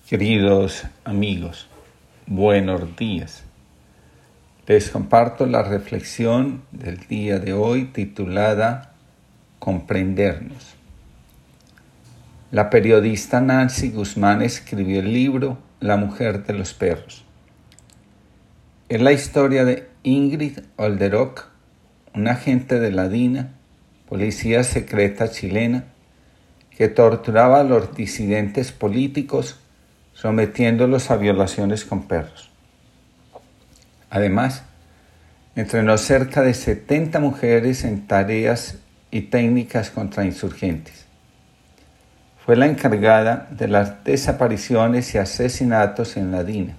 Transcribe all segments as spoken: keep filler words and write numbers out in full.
Queridos amigos, buenos días. Les comparto la reflexión del día de hoy titulada Comprendernos. La periodista Nancy Guzmán escribió el libro La mujer de los perros. Es la historia de Ingrid Olderock, una agente de la DINA, policía secreta chilena, que torturaba a los disidentes políticos sometiéndolos a violaciones con perros. Además, entrenó cerca de setenta mujeres en tareas y técnicas contra insurgentes. Fue la encargada de las desapariciones y asesinatos en la DINA.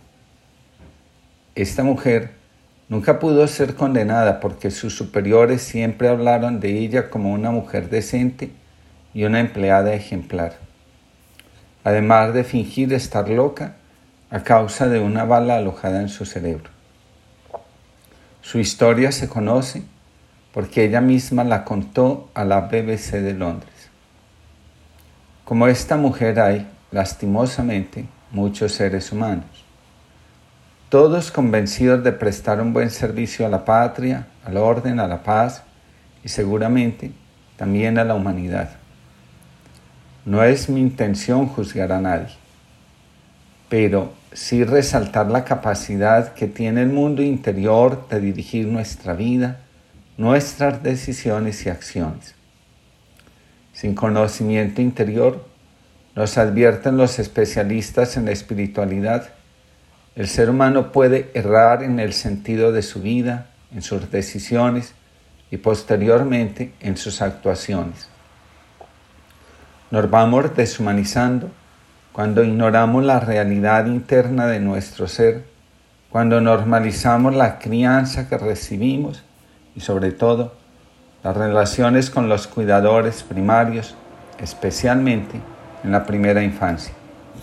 Esta mujer nunca pudo ser condenada porque sus superiores siempre hablaron de ella como una mujer decente y una empleada ejemplar, además de fingir estar loca a causa de una bala alojada en su cerebro. Su historia se conoce porque ella misma la contó a la B B C de Londres. Como esta mujer hay, lastimosamente, muchos seres humanos, todos convencidos de prestar un buen servicio a la patria, al orden, a la paz y seguramente también a la humanidad. No es mi intención juzgar a nadie, pero sí resaltar la capacidad que tiene el mundo interior de dirigir nuestra vida, nuestras decisiones y acciones. Sin conocimiento interior, nos advierten los especialistas en la espiritualidad, el ser humano puede errar en el sentido de su vida, en sus decisiones y posteriormente en sus actuaciones. Nos vamos deshumanizando cuando ignoramos la realidad interna de nuestro ser, cuando normalizamos la crianza que recibimos y sobre todo las relaciones con los cuidadores primarios, especialmente en la primera infancia.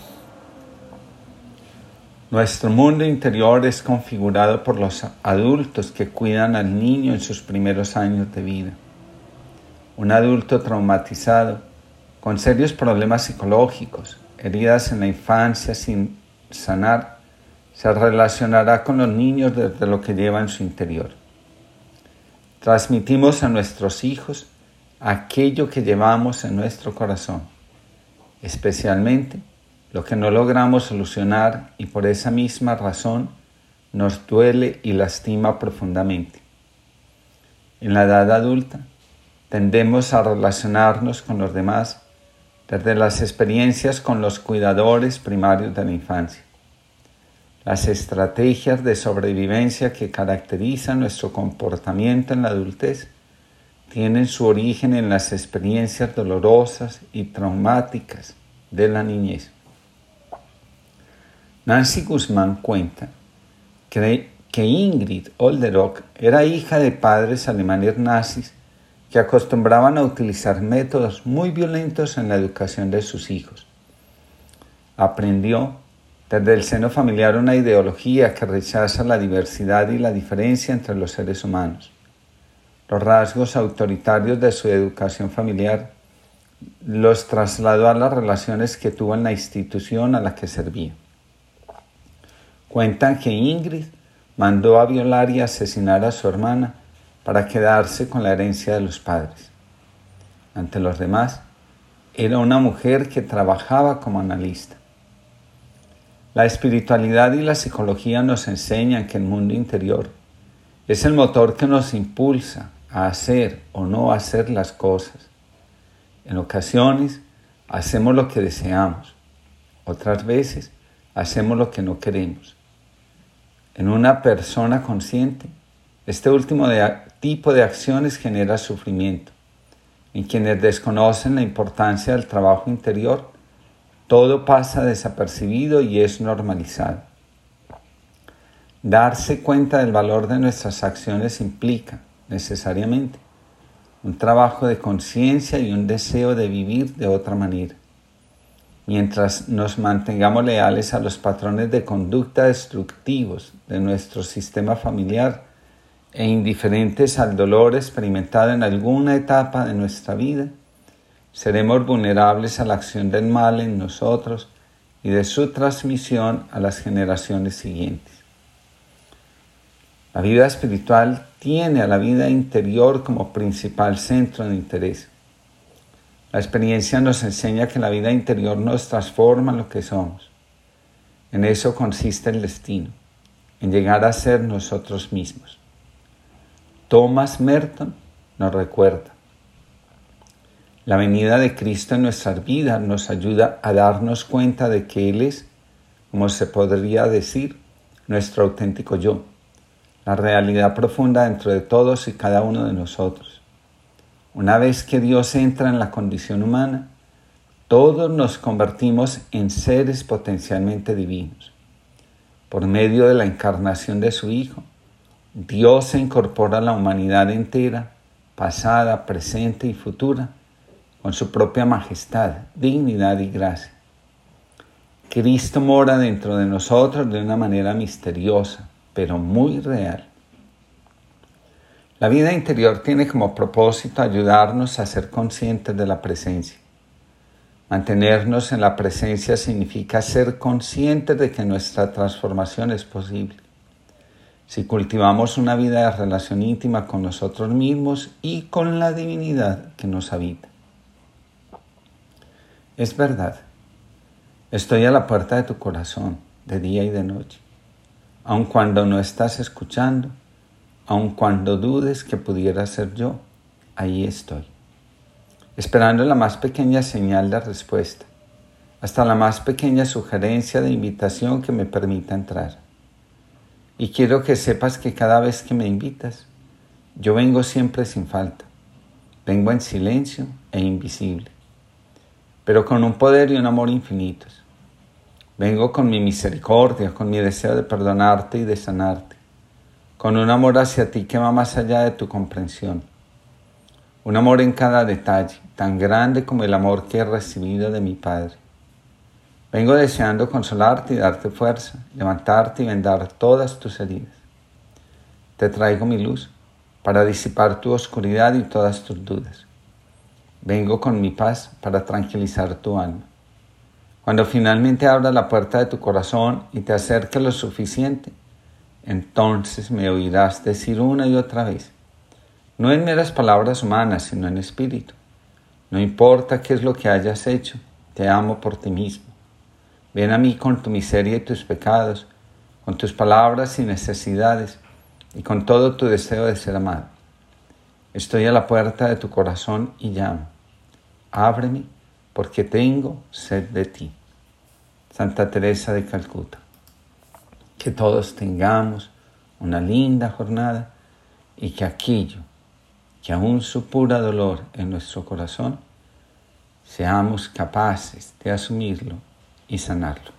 Nuestro mundo interior es configurado por los adultos que cuidan al niño en sus primeros años de vida. Un adulto traumatizado, con serios problemas psicológicos, heridas en la infancia sin sanar, se relacionará con los niños desde lo que lleva en su interior. Transmitimos a nuestros hijos aquello que llevamos en nuestro corazón, especialmente lo que no logramos solucionar y por esa misma razón nos duele y lastima profundamente. En la edad adulta, tendemos a relacionarnos con los demás desde las experiencias con los cuidadores primarios de la infancia. Las estrategias de sobrevivencia que caracterizan nuestro comportamiento en la adultez tienen su origen en las experiencias dolorosas y traumáticas de la niñez. Nancy Guzmán cuenta que, que Ingrid Olderock era hija de padres alemanes nazis que acostumbraban a utilizar métodos muy violentos en la educación de sus hijos. Aprendió desde el seno familiar una ideología que rechaza la diversidad y la diferencia entre los seres humanos. Los rasgos autoritarios de su educación familiar los trasladó a las relaciones que tuvo en la institución a la que servía. Cuentan que Ingrid mandó a violar y asesinar a su hermana para quedarse con la herencia de los padres. Ante los demás, era una mujer que trabajaba como analista. La espiritualidad y la psicología nos enseñan que el mundo interior es el motor que nos impulsa a hacer o no hacer las cosas. En ocasiones, hacemos lo que deseamos. Otras veces, hacemos lo que no queremos. En una persona consciente, este último de, tipo de acciones genera sufrimiento. En quienes desconocen la importancia del trabajo interior, todo pasa desapercibido y es normalizado. Darse cuenta del valor de nuestras acciones implica, necesariamente, un trabajo de conciencia y un deseo de vivir de otra manera. Mientras nos mantengamos leales a los patrones de conducta destructivos de nuestro sistema familiar e indiferentes al dolor experimentado en alguna etapa de nuestra vida, seremos vulnerables a la acción del mal en nosotros y de su transmisión a las generaciones siguientes. La vida espiritual tiene a la vida interior como principal centro de interés. La experiencia nos enseña que la vida interior nos transforma en lo que somos. En eso consiste el destino, en llegar a ser nosotros mismos. Thomas Merton nos recuerda: la venida de Cristo en nuestras vidas nos ayuda a darnos cuenta de que Él es, como se podría decir, nuestro auténtico yo, la realidad profunda dentro de todos y cada uno de nosotros. Una vez que Dios entra en la condición humana, todos nos convertimos en seres potencialmente divinos. Por medio de la encarnación de su Hijo, Dios se incorpora a la humanidad entera, pasada, presente y futura, con su propia majestad, dignidad y gracia. Cristo mora dentro de nosotros de una manera misteriosa, pero muy real. La vida interior tiene como propósito ayudarnos a ser conscientes de la presencia. Mantenernos en la presencia significa ser conscientes de que nuestra transformación es posible si cultivamos una vida de relación íntima con nosotros mismos y con la divinidad que nos habita. Es verdad, estoy a la puerta de tu corazón, de día y de noche. Aun cuando no estás escuchando, aun cuando dudes que pudiera ser yo, ahí estoy, esperando la más pequeña señal de respuesta, hasta la más pequeña sugerencia de invitación que me permita entrar. Y quiero que sepas que cada vez que me invitas, yo vengo siempre sin falta, vengo en silencio e invisible, pero con un poder y un amor infinitos. Vengo con mi misericordia, con mi deseo de perdonarte y de sanarte, con un amor hacia ti que va más allá de tu comprensión. Un amor en cada detalle, tan grande como el amor que he recibido de mi Padre. Vengo deseando consolarte y darte fuerza, levantarte y vendar todas tus heridas. Te traigo mi luz para disipar tu oscuridad y todas tus dudas. Vengo con mi paz para tranquilizar tu alma. Cuando finalmente abras la puerta de tu corazón y te acerques lo suficiente, entonces me oirás decir una y otra vez, no en meras palabras humanas, sino en espíritu: no importa qué es lo que hayas hecho, te amo por ti mismo. Ven a mí con tu miseria y tus pecados, con tus palabras y necesidades, y con todo tu deseo de ser amado. Estoy a la puerta de tu corazón y llamo. Ábreme, porque tengo sed de ti. Santa Teresa de Calcuta. Que todos tengamos una linda jornada y que aquello que aún supura dolor en nuestro corazón, seamos capaces de asumirlo y sanarlo.